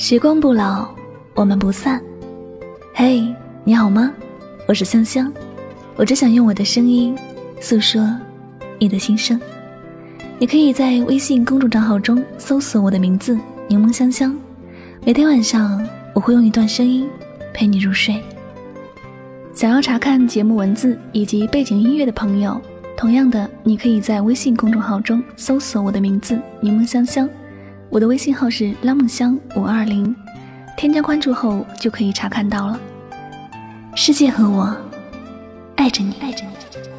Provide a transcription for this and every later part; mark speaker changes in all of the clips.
Speaker 1: 时光不老，我们不散。嘿，你好吗？我是香香，我只想用我的声音诉说你的心声。你可以在微信公众账号中搜索我的名字柠檬香香，每天晚上我会用一段声音陪你入睡。想要查看节目文字以及背景音乐的朋友，同样的，你可以在微信公众号中搜索我的名字柠檬香香，我的微信号是拉梦香520，添加关注后就可以查看到了。世界和我爱着你，爱着你。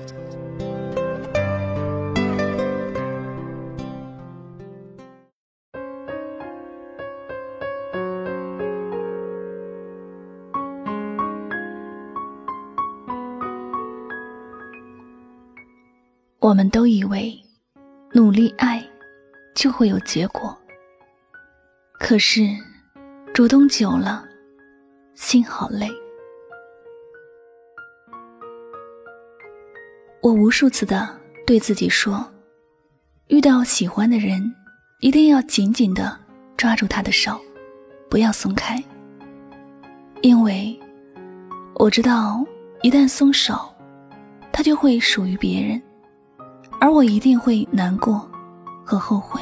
Speaker 1: 我们都以为努力爱就会有结果，可是主动久了，心好累。我无数次的对自己说，遇到喜欢的人，一定要紧紧的抓住他的手，不要松开，因为我知道一旦松手，他就会属于别人，而我一定会难过和后悔。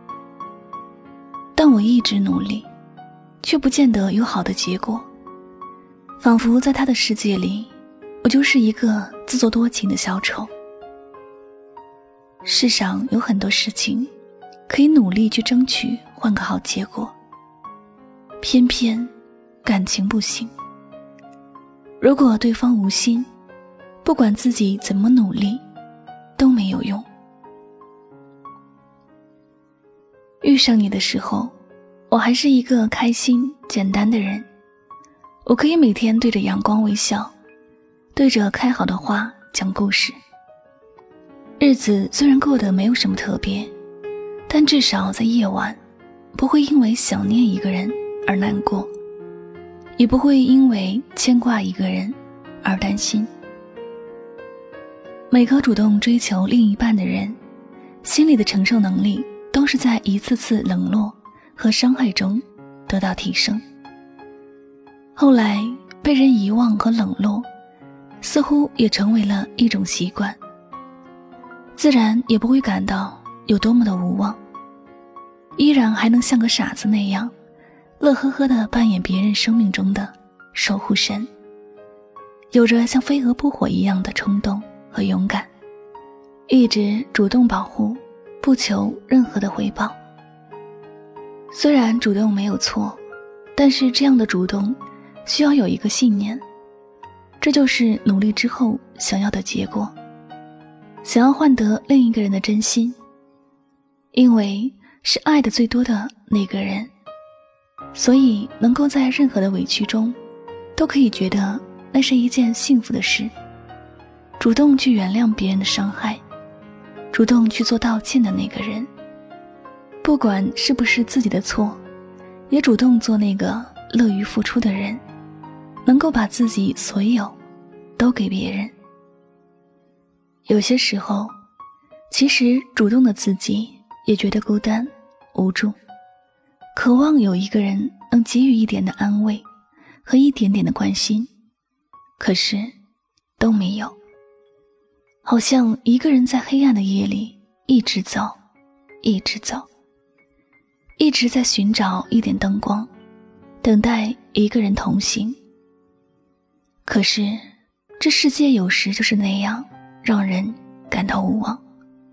Speaker 1: 但我一直努力，却不见得有好的结果，仿佛在他的世界里，我就是一个自作多情的小丑。世上有很多事情可以努力去争取换个好结果，偏偏感情不行。如果对方无心，不管自己怎么努力都没有用。遇上你的时候，我还是一个开心简单的人，我可以每天对着阳光微笑，对着开好的花讲故事。日子虽然过得没有什么特别，但至少在夜晚不会因为想念一个人而难过，也不会因为牵挂一个人而担心。每个主动追求另一半的人，心里的承受能力都是在一次次冷落和伤害中得到提升。后来被人遗忘和冷落，似乎也成为了一种习惯，自然也不会感到有多么的无望，依然还能像个傻子那样乐呵呵地扮演别人生命中的守护神，有着像飞蛾扑火一样的冲动和勇敢，一直主动保护，不求任何的回报。虽然主动没有错，但是这样的主动需要有一个信念，这就是努力之后想要的结果，想要换得另一个人的真心，因为是爱的最多的那个人，所以能够在任何的委屈中都可以觉得那是一件幸福的事，主动去原谅别人的伤害，主动去做道歉的那个人，不管是不是自己的错，也主动做那个乐于付出的人，能够把自己所有都给别人。有些时候，其实主动的自己也觉得孤单无助，渴望有一个人能给予一点的安慰和一点点的关心，可是都没有，好像一个人在黑暗的夜里一直走，一直走，一直在寻找一点灯光，等待一个人同行。可是这世界有时就是那样让人感到无望，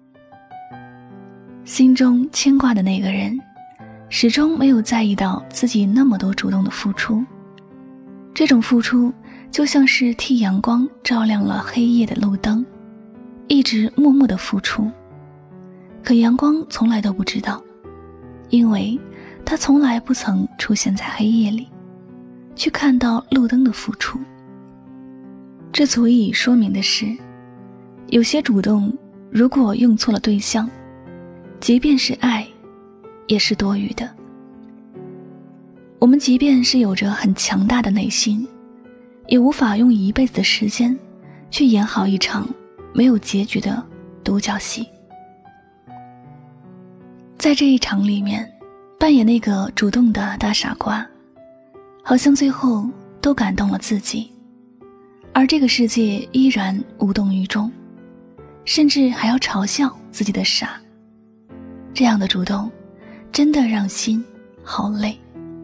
Speaker 1: 心中牵挂的那个人始终没有在意到自己那么多主动的付出，这种付出就像是替阳光照亮了黑夜的路灯，一直默默的付出，可阳光从来都不知道，因为他从来不曾出现在黑夜里去看到路灯的付出。这足以说明的是，有些主动如果用错了对象，即便是爱也是多余的。我们即便是有着很强大的内心，也无法用一辈子的时间去演好一场没有结局的独角戏。在这一场里面， 扮演那个主动的大傻瓜，好像最后都感动了自己，而这个世界依然无动于衷，甚至还要嘲笑自己的傻。这样的主动真的让心好累。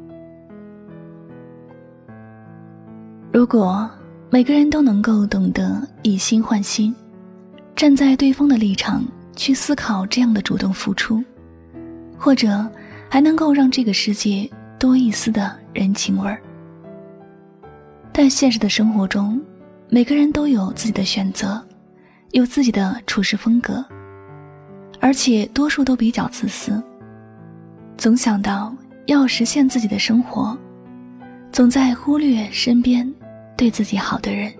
Speaker 1: 如果每个人都能够懂得以心换心，站在对方的立场去思考这样的主动付出，或者还能够让这个世界多一丝的人情味儿。但现实的生活中，每个人都有自己的选择，有自己的处事风格，而且多数都比较自私，总想到要实现自己的生活，总在忽略身边对自己好的人。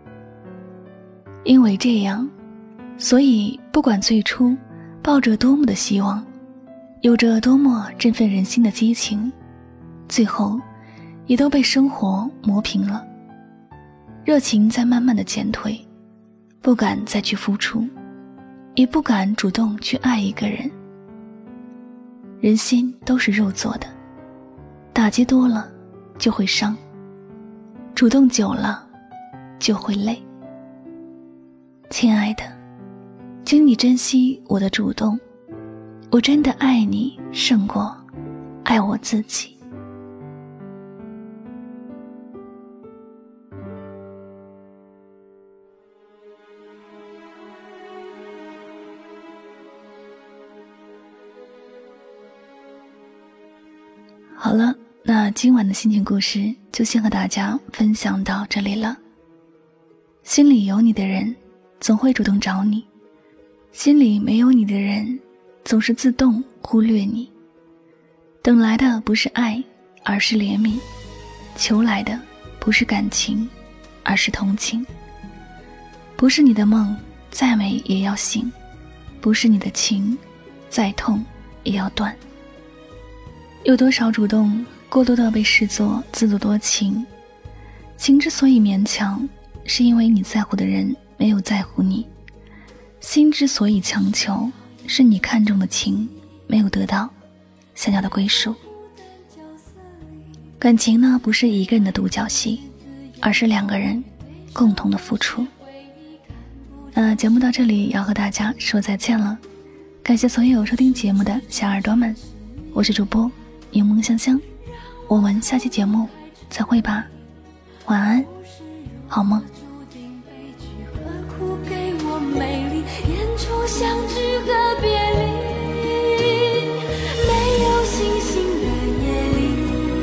Speaker 1: 因为这样，所以不管最初抱着多么的希望，有着多么振奋人心的激情，最后也都被生活磨平了，热情在慢慢的减退，不敢再去付出，也不敢主动去爱一个人。人心都是肉做的，打击多了就会伤，主动久了就会累。亲爱的，请你珍惜我的主动，我真的爱你胜过爱我自己。好了，那今晚的心情故事就先和大家分享到这里了。心里有你的人总会主动找你，心里没有你的人总是自动忽略你。等来的不是爱，而是怜悯；求来的不是感情，而是同情。不是你的梦再美也要醒，不是你的情再痛也要断。有多少主动过多的被视作自作多情，情之所以勉强，是因为你在乎的人没有在乎你；心之所以强求，是你看中的情没有得到想要的归属。感情呢，不是一个人的独角戏，而是两个人共同的付出。节目到这里要和大家说再见了，感谢所有收听节目的小耳朵们，我是主播柠檬香香，我们下期节目再会吧，晚安，好梦。相聚和别离，没有星星的夜里，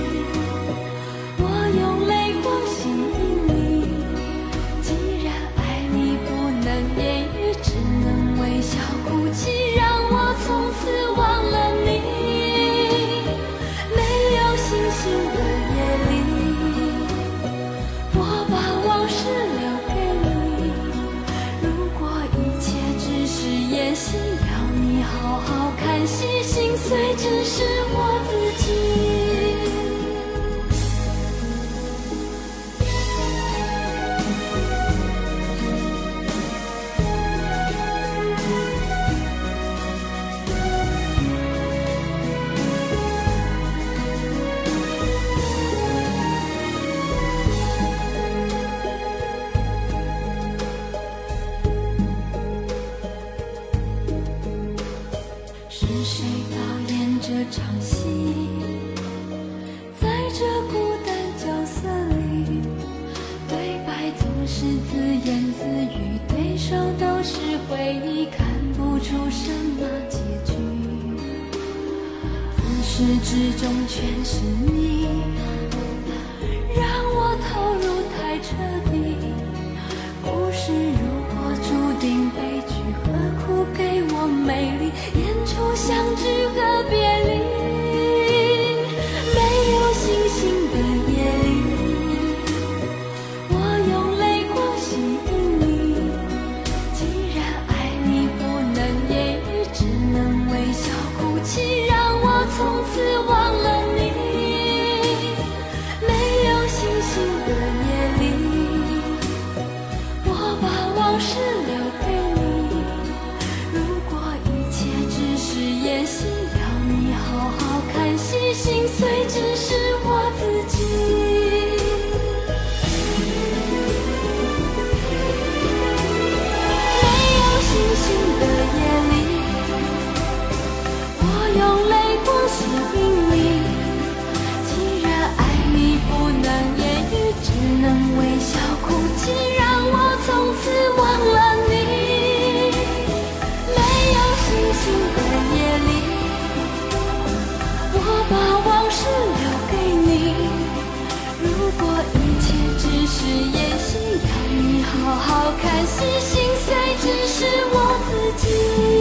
Speaker 1: 我用泪光吸引你。既然爱你不能言语，只能微笑哭泣，让我从此忘了你。没有星星的夜里，我把往事留给你。如果一切只是演戏，要你好好看戏，心碎只是我自己。是谁导演这场戏？在这孤单角色里，对白总是自言自语，对手都是回忆，看不出什么结局。自始至终全是你，让我投入太彻底。故事如果注定悲剧，何苦给我美丽？演出相聚和别离，没有星星的夜里，我用泪光吸引你。既然爱你不能言语，只能微笑哭泣，让我从此忘了你。没有星星的夜里，我把往事留给你。演戏，要你好好看戏。
Speaker 2: 碎只是我自己。没有星星的夜里，我用泪光写给你。既然爱你不能言语，只能微笑哭泣，让我从此忘了你。没有星星的夜里，我把往事留给你。如果一切只是演戏，要你好好看戏，心碎只是我自己。